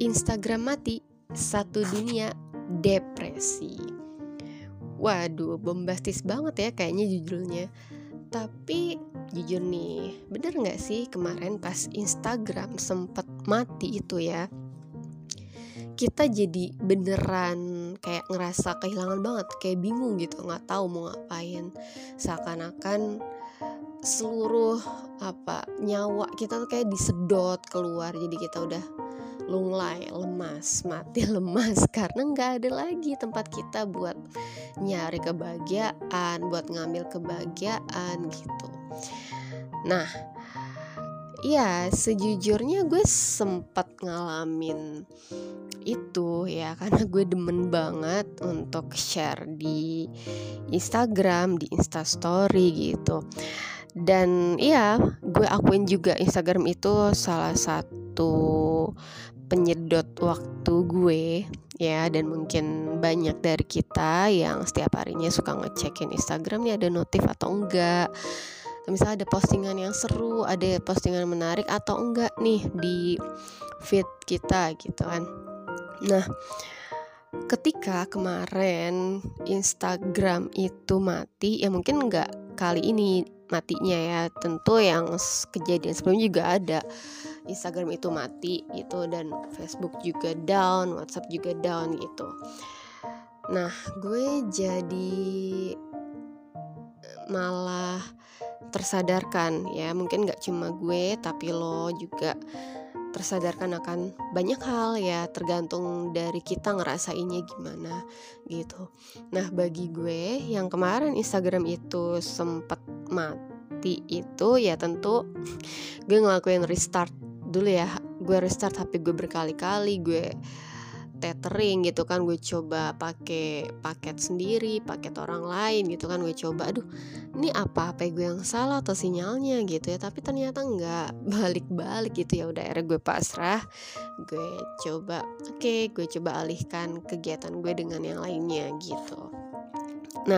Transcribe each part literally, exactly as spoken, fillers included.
Instagram mati, satu dunia depresi. Waduh, bombastis banget ya kayaknya judulnya. Tapi jujur nih, bener gak sih kemarin pas Instagram sempet mati itu ya, kita jadi beneran kayak ngerasa kehilangan banget, kayak bingung gitu, gak tahu mau ngapain. Seakan-akan seluruh apa nyawa kita tuh kayak disedot keluar. Jadi kita udah lunglai, lemas, mati lemas karena nggak ada lagi tempat kita buat nyari kebahagiaan, buat ngambil kebahagiaan gitu. Nah, ya sejujurnya gue sempat ngalamin itu ya, karena gue demen banget untuk share di Instagram, di Instastory gitu. Dan iya, gue akuin juga Instagram itu salah satu penyedot waktu gue ya, dan mungkin banyak dari kita yang setiap harinya suka ngecekin Instagram nih ada notif atau enggak, misalnya ada postingan yang seru, ada postingan menarik atau enggak nih di feed kita gitu kan. Nah, ketika kemarin Instagram itu mati, ya mungkin enggak kali ini matinya ya, tentu yang kejadian sebelumnya juga ada. Instagram itu mati gitu, dan Facebook juga down, WhatsApp juga down gitu. Nah, gue jadi malah tersadarkan ya, mungkin gak cuma gue tapi lo juga tersadarkan akan banyak hal ya, tergantung dari kita ngerasainnya gimana gitu. Nah, bagi gue yang kemarin Instagram itu sempet mati itu ya tentu gue ngelakuin restart dulu ya. Gue restart H P gue berkali-kali, gue tethering gitu kan, gue coba pakai paket sendiri, paket orang lain gitu kan, gue coba aduh ini apa H P gue yang salah atau sinyalnya gitu ya, tapi ternyata enggak, balik-balik gitu. Ya udah akhirnya gue pasrah, gue coba oke okay, gue coba alihkan kegiatan gue dengan yang lainnya gitu. Nah,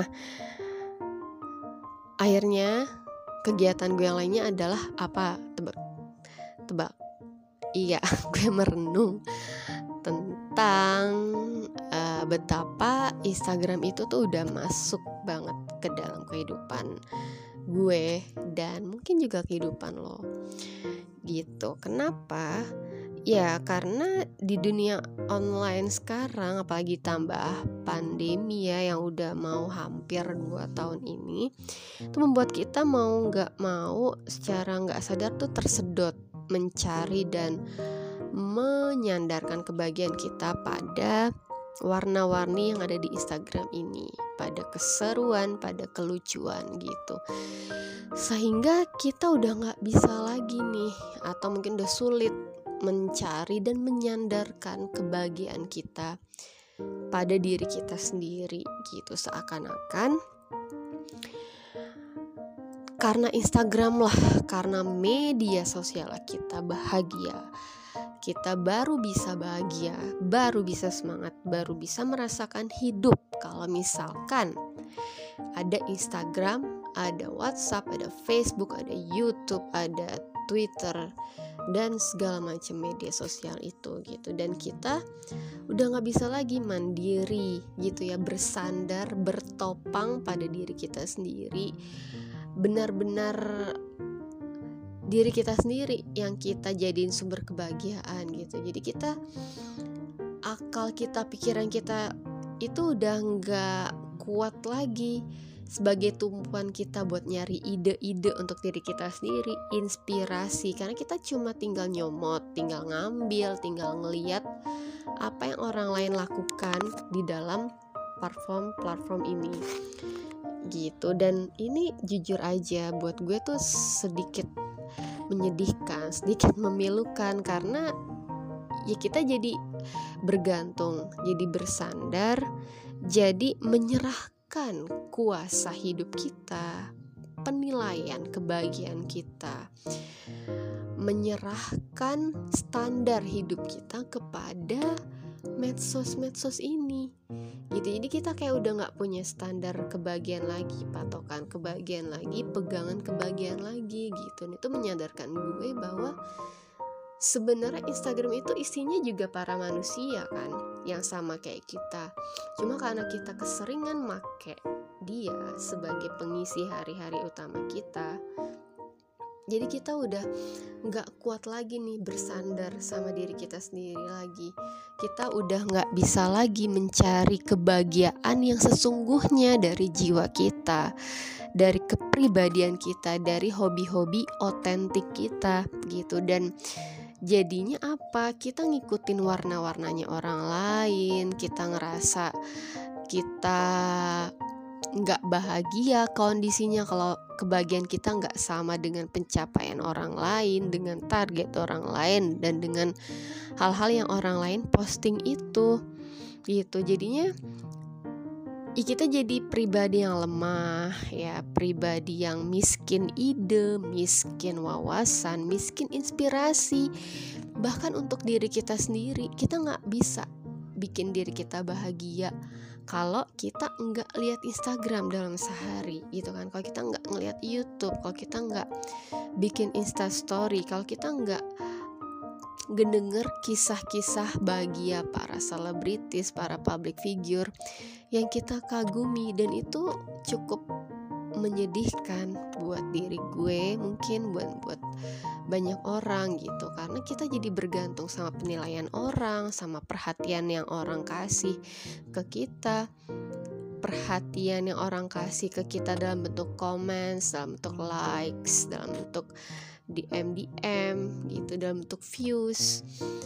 akhirnya kegiatan gue yang lainnya adalah apa? Tebak tebak iya gue merenung tentang uh, betapa Instagram itu tuh udah masuk banget ke dalam kehidupan gue dan mungkin juga kehidupan lo gitu. Kenapa? Ya karena di dunia online sekarang, apalagi tambah pandemi ya yang udah mau hampir dua tahun ini, itu membuat kita mau gak mau secara gak sadar tuh tersedot mencari dan menyandarkan kebahagiaan kita pada warna-warni yang ada di Instagram ini, pada keseruan, pada kelucuan gitu. Sehingga kita udah gak bisa lagi nih, atau mungkin udah sulit mencari dan menyandarkan kebahagiaan kita pada diri kita sendiri gitu. Seakan-akan karena Instagram lah, karena media sosial kita bahagia, kita baru bisa bahagia, baru bisa semangat, baru bisa merasakan hidup. Kalau misalkan ada Instagram, ada WhatsApp, ada Facebook, ada YouTube, ada Twitter, dan segala macam media sosial itu gitu. Dan kita udah gak bisa lagi mandiri gitu ya, bersandar, bertopang pada diri kita sendiri, benar-benar diri kita sendiri yang kita jadiin sumber kebahagiaan gitu. Jadi kita, akal kita, pikiran kita itu udah gak kuat lagi sebagai tumpuan kita buat nyari ide-ide untuk diri kita sendiri, inspirasi, karena kita cuma tinggal nyomot, tinggal ngambil, tinggal ngeliat apa yang orang lain lakukan di dalam platform-platform ini gitu. Dan ini jujur aja buat gue tuh sedikit menyedihkan, sedikit memilukan, karena ya kita jadi bergantung, jadi bersandar, jadi menyerahkan kuasa hidup kita, penilaian kebahagiaan kita, menyerahkan standar hidup kita kepada medsos-medsos ini gitu. Jadi kita kayak udah gak punya standar kebahagiaan lagi, patokan kebahagiaan lagi, pegangan kebahagiaan lagi gitu. Dan itu menyadarkan gue bahwa sebenarnya Instagram itu isinya juga para manusia kan, yang sama kayak kita. Cuma karena kita keseringan make dia sebagai pengisi hari-hari utama kita, jadi kita udah gak kuat lagi nih bersandar sama diri kita sendiri lagi. Kita udah gak bisa lagi mencari kebahagiaan yang sesungguhnya dari jiwa kita, dari kepribadian kita, dari hobi-hobi otentik kita gitu. Dan jadinya apa? Kita ngikutin warna-warnanya orang lain. Kita ngerasa kita gak bahagia kondisinya kalau kebahagiaan kita gak sama dengan pencapaian orang lain, dengan target orang lain, dan dengan hal-hal yang orang lain posting itu gitu. Jadinya ya kita jadi pribadi yang lemah, ya pribadi yang miskin ide, miskin wawasan, miskin inspirasi. Bahkan untuk diri kita sendiri, kita gak bisa bikin diri kita bahagia kalau kita nggak lihat Instagram dalam sehari gitu kan, kalau kita nggak ngelihat YouTube, kalau kita nggak bikin Insta Story, kalau kita nggak ngedenger kisah-kisah bahagia para selebritis, para public figure yang kita kagumi. Dan itu cukup menyedihkan buat diri gue, mungkin buat buat banyak orang gitu, karena kita jadi bergantung sama penilaian orang, sama perhatian yang orang kasih ke kita, perhatian yang orang kasih ke kita dalam bentuk comments, dalam bentuk likes, dalam bentuk D M D M gitu, dalam bentuk views.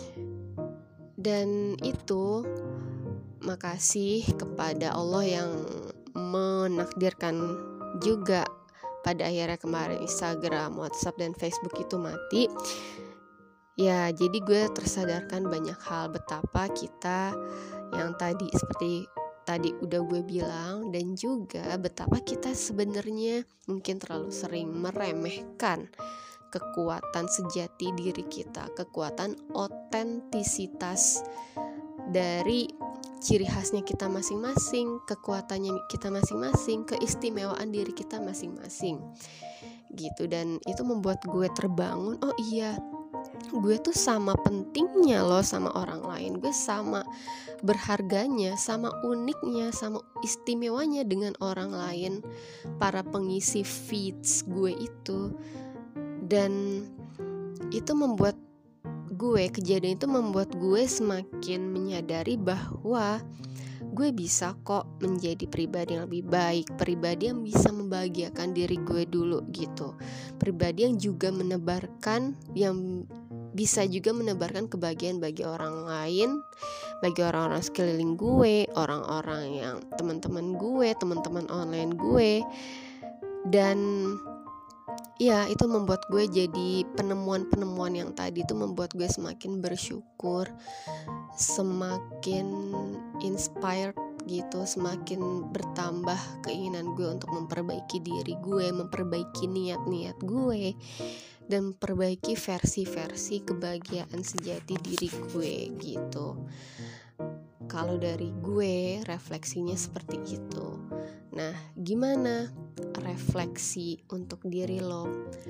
Dan itu makasih kepada Allah yang menakdirkan juga pada akhirnya kemarin Instagram, WhatsApp, dan Facebook itu mati. Ya, jadi gue tersadarkan banyak hal, betapa kita yang tadi seperti tadi udah gue bilang, dan juga betapa kita sebenarnya mungkin terlalu sering meremehkan kekuatan sejati diri kita, kekuatan otentisitas dari ciri khasnya kita masing-masing, kekuatannya kita masing-masing, keistimewaan diri kita masing-masing gitu. Dan itu membuat gue terbangun, oh iya, gue tuh sama pentingnya loh sama orang lain, gue sama berharganya, sama uniknya, sama istimewanya dengan orang lain, para pengisi feeds gue itu. Dan itu membuat gue, kejadian itu membuat gue semakin menyadari bahwa gue bisa kok menjadi pribadi yang lebih baik, pribadi yang bisa membahagiakan diri gue dulu gitu, pribadi yang juga menebarkan, yang bisa juga menebarkan kebahagiaan bagi orang lain, bagi orang-orang sekeliling gue, orang-orang yang teman-teman gue, teman-teman online gue. Dan ya, itu membuat gue jadi penemuan-penemuan yang tadi itu membuat gue semakin bersyukur, semakin inspired gitu, semakin bertambah keinginan gue untuk memperbaiki diri gue, memperbaiki niat-niat gue, dan memperbaiki versi-versi kebahagiaan sejati diri gue gitu. Kalau dari gue, refleksinya seperti itu. Nah, gimana refleksi untuk diri lo?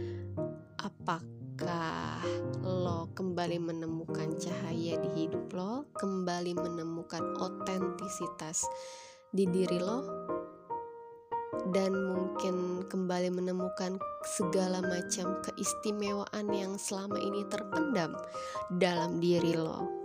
Apakah lo kembali menemukan cahaya di hidup lo? Kembali menemukan otentisitas di diri lo? Dan mungkin kembali menemukan segala macam keistimewaan yang selama ini terpendam dalam diri lo?